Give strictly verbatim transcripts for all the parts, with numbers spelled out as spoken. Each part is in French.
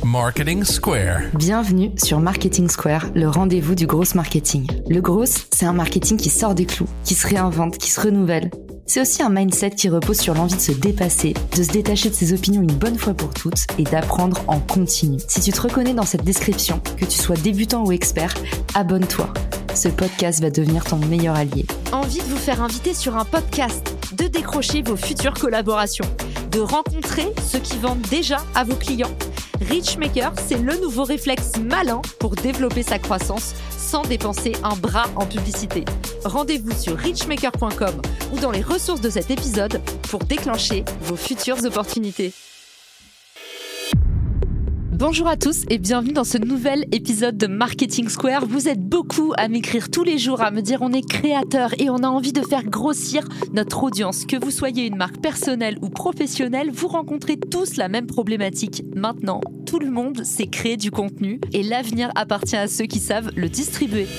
Marketing Square. Bienvenue sur Marketing Square, le rendez-vous du gros marketing. Le gros, c'est un marketing qui sort des clous, qui se réinvente, qui se renouvelle. C'est aussi un mindset qui repose sur l'envie de se dépasser, de se détacher de ses opinions une bonne fois pour toutes et d'apprendre en continu. Si tu te reconnais dans cette description, que tu sois débutant ou expert, abonne-toi. Ce podcast va devenir ton meilleur allié. Envie de vous faire inviter sur un podcast, de décrocher vos futures collaborations, de rencontrer ceux qui vendent déjà à vos clients. Richmaker, c'est le nouveau réflexe malin pour développer sa croissance sans dépenser un bras en publicité. Rendez-vous sur richmaker point com ou dans les ressources de cet épisode pour déclencher vos futures opportunités. Bonjour à tous et bienvenue dans ce nouvel épisode de Marketing Square. Vous êtes beaucoup à m'écrire tous les jours, à me dire on est créateur et on a envie de faire grossir notre audience. Que vous soyez une marque personnelle ou professionnelle, vous rencontrez tous la même problématique. Maintenant, tout le monde sait créer du contenu et l'avenir appartient à ceux qui savent le distribuer.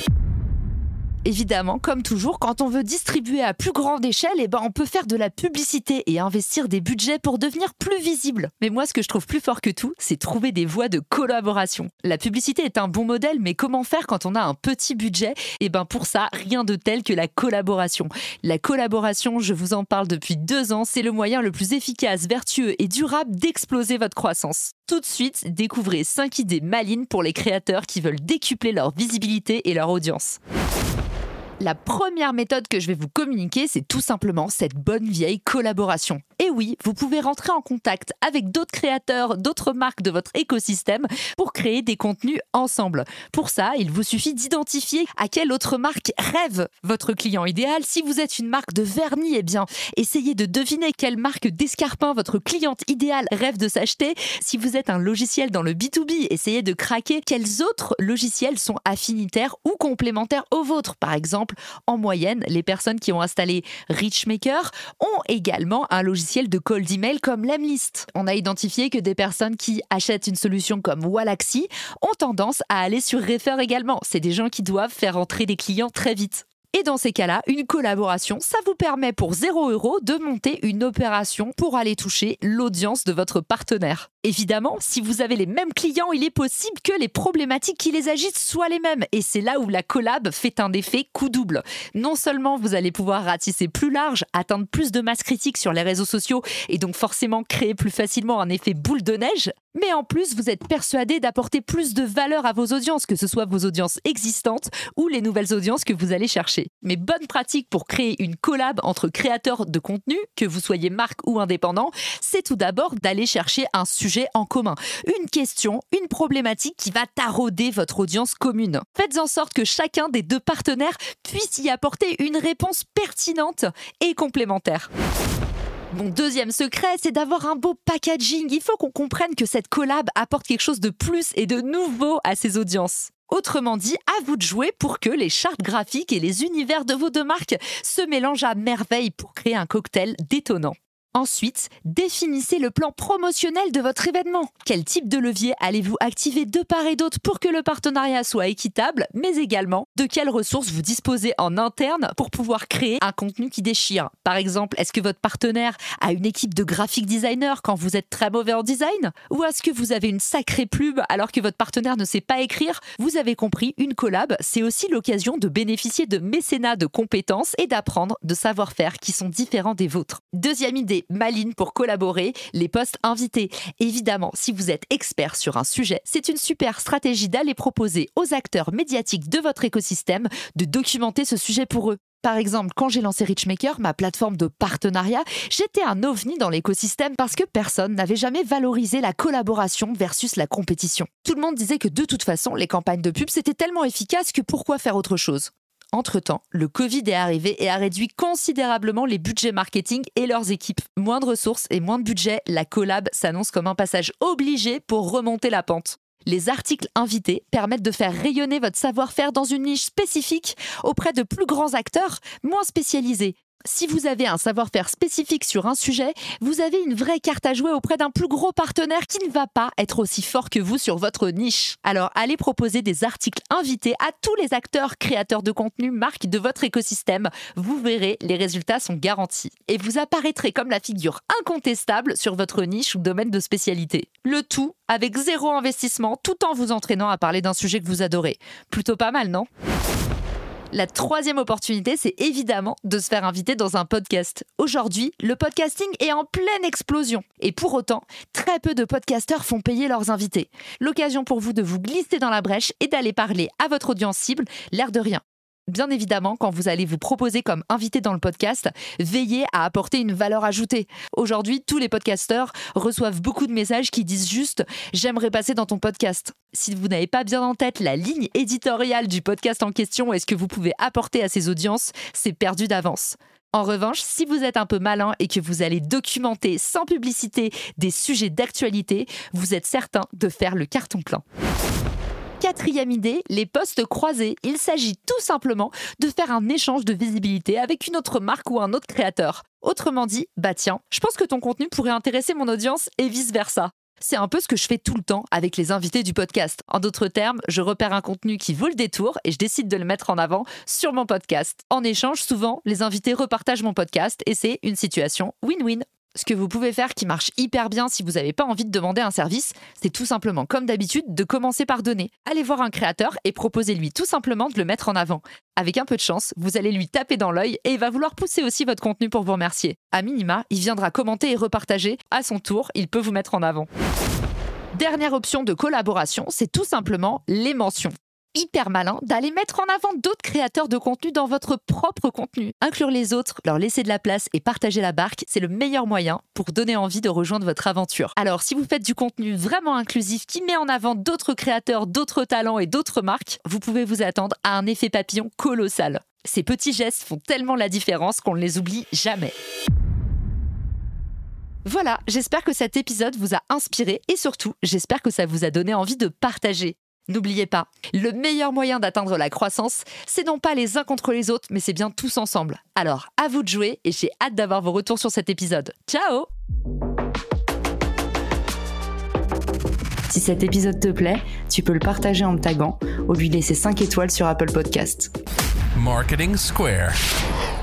Évidemment, comme toujours, quand on veut distribuer à plus grande échelle, eh ben on peut faire de la publicité et investir des budgets pour devenir plus visible. Mais moi, ce que je trouve plus fort que tout, c'est trouver des voies de collaboration. La publicité est un bon modèle, mais comment faire quand on a un petit budget ? Eh ben pour ça, rien de tel que la collaboration. La collaboration, je vous en parle depuis deux ans, c'est le moyen le plus efficace, vertueux et durable d'exploser votre croissance. Tout de suite, découvrez cinq idées malines pour les créateurs qui veulent décupler leur visibilité et leur audience. La première méthode que je vais vous communiquer, c'est tout simplement cette bonne vieille collaboration. Et oui, vous pouvez rentrer en contact avec d'autres créateurs, d'autres marques de votre écosystème pour créer des contenus ensemble. Pour ça, il vous suffit d'identifier à quelle autre marque rêve votre client idéal. Si vous êtes une marque de vernis, eh bien, essayez de deviner quelle marque d'escarpins votre cliente idéale rêve de s'acheter. Si vous êtes un logiciel dans le B deux B, essayez de craquer quels autres logiciels sont affinitaires ou complémentaires aux vôtres. Par exemple, en moyenne, les personnes qui ont installé Richmaker ont également un logiciel de cold email comme Lemlist. On a identifié que des personnes qui achètent une solution comme Wallaxy ont tendance à aller sur Refer également. C'est des gens qui doivent faire entrer des clients très vite. Et dans ces cas-là, une collaboration, ça vous permet pour zéro euro de monter une opération pour aller toucher l'audience de votre partenaire. Évidemment, si vous avez les mêmes clients, il est possible que les problématiques qui les agitent soient les mêmes. Et c'est là où la collab fait un effet coup double. Non seulement vous allez pouvoir ratisser plus large, atteindre plus de masse critique sur les réseaux sociaux et donc forcément créer plus facilement un effet boule de neige, mais en plus vous êtes persuadé d'apporter plus de valeur à vos audiences, que ce soit vos audiences existantes ou les nouvelles audiences que vous allez chercher. Mais bonne pratique pour créer une collab entre créateurs de contenu, que vous soyez marque ou indépendant, c'est tout d'abord d'aller chercher un sujet en commun, une question, une problématique qui va tarauder votre audience commune. Faites en sorte que chacun des deux partenaires puisse y apporter une réponse pertinente et complémentaire. Mon deuxième secret, c'est d'avoir un beau packaging. Il faut qu'on comprenne que cette collab apporte quelque chose de plus et de nouveau à ses audiences. Autrement dit, à vous de jouer pour que les chartes graphiques et les univers de vos deux marques se mélangent à merveille pour créer un cocktail détonnant. Ensuite, définissez le plan promotionnel de votre événement. Quel type de levier allez-vous activer de part et d'autre pour que le partenariat soit équitable, mais également de quelles ressources vous disposez en interne pour pouvoir créer un contenu qui déchire. Par exemple, est-ce que votre partenaire a une équipe de graphic designers quand vous êtes très mauvais en design ? Ou est-ce que vous avez une sacrée pub alors que votre partenaire ne sait pas écrire ? Vous avez compris, une collab, c'est aussi l'occasion de bénéficier de mécénat de compétences et d'apprendre de savoir-faire qui sont différents des vôtres. Deuxième idée maline pour collaborer, les posts invités. Évidemment, si vous êtes expert sur un sujet, c'est une super stratégie d'aller proposer aux acteurs médiatiques de votre écosystème de documenter ce sujet pour eux. Par exemple, quand j'ai lancé Richmaker, ma plateforme de partenariat, j'étais un ovni dans l'écosystème parce que personne n'avait jamais valorisé la collaboration versus la compétition. Tout le monde disait que de toute façon, les campagnes de pub, c'était tellement efficace que pourquoi faire autre chose ? Entre-temps, le Covid est arrivé et a réduit considérablement les budgets marketing et leurs équipes. Moins de ressources et moins de budget, la collab s'annonce comme un passage obligé pour remonter la pente. Les articles invités permettent de faire rayonner votre savoir-faire dans une niche spécifique auprès de plus grands acteurs moins spécialisés. Si vous avez un savoir-faire spécifique sur un sujet, vous avez une vraie carte à jouer auprès d'un plus gros partenaire qui ne va pas être aussi fort que vous sur votre niche. Alors allez proposer des articles invités à tous les acteurs, créateurs de contenu, marques de votre écosystème. Vous verrez, les résultats sont garantis. Et vous apparaîtrez comme la figure incontestable sur votre niche ou domaine de spécialité. Le tout avec zéro investissement, tout en vous entraînant à parler d'un sujet que vous adorez. Plutôt pas mal, non ? La troisième opportunité, c'est évidemment de se faire inviter dans un podcast. Aujourd'hui, le podcasting est en pleine explosion. Et pour autant, très peu de podcasteurs font payer leurs invités. L'occasion pour vous de vous glisser dans la brèche et d'aller parler à votre audience cible, l'air de rien. Bien évidemment, quand vous allez vous proposer comme invité dans le podcast, veillez à apporter une valeur ajoutée. Aujourd'hui, tous les podcasteurs reçoivent beaucoup de messages qui disent juste « j'aimerais passer dans ton podcast ». Si vous n'avez pas bien en tête la ligne éditoriale du podcast en question et ce que vous pouvez apporter à ces audiences, c'est perdu d'avance. En revanche, si vous êtes un peu malin et que vous allez documenter sans publicité des sujets d'actualité, vous êtes certain de faire le carton plein. Quatrième idée, les posts croisés. Il s'agit tout simplement de faire un échange de visibilité avec une autre marque ou un autre créateur. Autrement dit, bah tiens, je pense que ton contenu pourrait intéresser mon audience et vice-versa. C'est un peu ce que je fais tout le temps avec les invités du podcast. En d'autres termes, je repère un contenu qui vaut le détour et je décide de le mettre en avant sur mon podcast. En échange, souvent, les invités repartagent mon podcast et c'est une situation win-win. Ce que vous pouvez faire qui marche hyper bien si vous n'avez pas envie de demander un service, c'est tout simplement, comme d'habitude, de commencer par donner. Allez voir un créateur et proposez-lui tout simplement de le mettre en avant. Avec un peu de chance, vous allez lui taper dans l'œil et il va vouloir pousser aussi votre contenu pour vous remercier. À minima, il viendra commenter et repartager. À son tour, il peut vous mettre en avant. Dernière option de collaboration, c'est tout simplement les mentions. Hyper malin d'aller mettre en avant d'autres créateurs de contenu dans votre propre contenu. Inclure les autres, leur laisser de la place et partager la barque, c'est le meilleur moyen pour donner envie de rejoindre votre aventure. Alors, si vous faites du contenu vraiment inclusif qui met en avant d'autres créateurs, d'autres talents et d'autres marques, vous pouvez vous attendre à un effet papillon colossal. Ces petits gestes font tellement la différence qu'on ne les oublie jamais. Voilà, j'espère que cet épisode vous a inspiré et surtout, j'espère que ça vous a donné envie de partager. N'oubliez pas, le meilleur moyen d'atteindre la croissance, c'est non pas les uns contre les autres, mais c'est bien tous ensemble. Alors, à vous de jouer et j'ai hâte d'avoir vos retours sur cet épisode. Ciao! Si cet épisode te plaît, tu peux le partager en me taguant ou lui laisser cinq étoiles sur Apple Podcasts. Marketing Square.